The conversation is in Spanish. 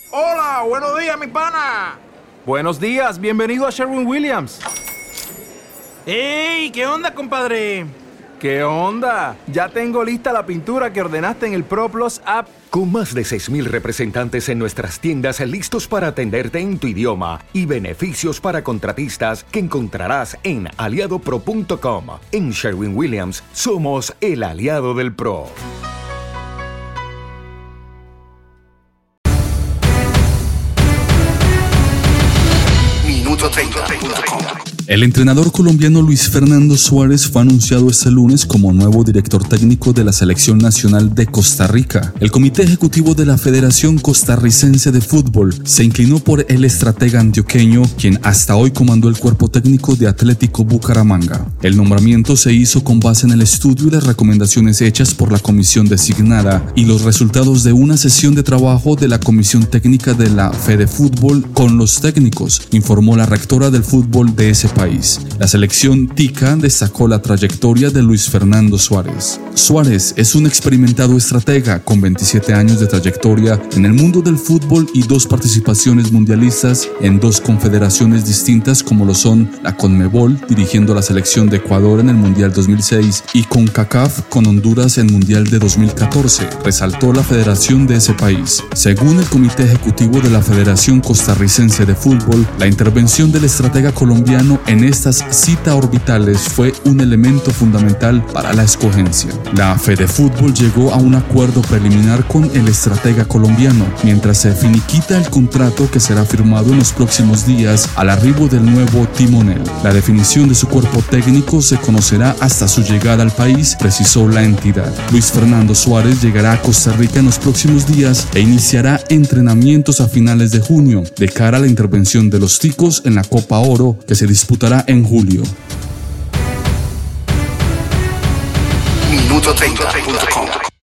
Hola, buenos días, mi pana. Buenos días, bienvenido a Sherwin-Williams. ¡Ey! ¿Qué onda, compadre? ¿Qué onda? Ya tengo lista la pintura que ordenaste en el ProPlus app. Con más de 6,000 representantes en nuestras tiendas listos para atenderte en tu idioma y beneficios para contratistas que encontrarás en aliadopro.com. En Sherwin-Williams somos el aliado del pro. Minuto 30. El entrenador colombiano Luis Fernando Suárez fue anunciado este lunes como nuevo director técnico de la Selección Nacional de Costa Rica. El comité ejecutivo de la Federación Costarricense de Fútbol se inclinó por el estratega antioqueño, quien hasta hoy comandó el cuerpo técnico de Atlético Bucaramanga. El nombramiento se hizo con base en el estudio y las recomendaciones hechas por la comisión designada y los resultados de una sesión de trabajo de la Comisión Técnica de la Fedefútbol con los técnicos, informó la rectora del fútbol de ese país. La selección tica destacó la trayectoria de Luis Fernando Suárez. Suárez es un experimentado estratega con 27 años de trayectoria en el mundo del fútbol y 2 participaciones mundialistas en 2 confederaciones distintas como lo son la CONMEBOL, dirigiendo a la selección de Ecuador en el Mundial 2006, y CONCACAF con Honduras en Mundial de 2014, resaltó la federación de ese país. Según el comité ejecutivo de la Federación Costarricense de Fútbol, la intervención del estratega colombiano en estas citas orbitales fue un elemento fundamental para la escogencia. La Fedefútbol llegó a un acuerdo preliminar con el estratega colombiano, mientras se finiquita el contrato que será firmado en los próximos días al arribo del nuevo timonel. La definición de su cuerpo técnico se conocerá hasta su llegada al país, precisó la entidad. Luis Fernando Suárez llegará a Costa Rica en los próximos días e iniciará entrenamientos a finales de junio, de cara a la intervención de los ticos en la Copa Oro, que se disputará en julio. Minuto 30.com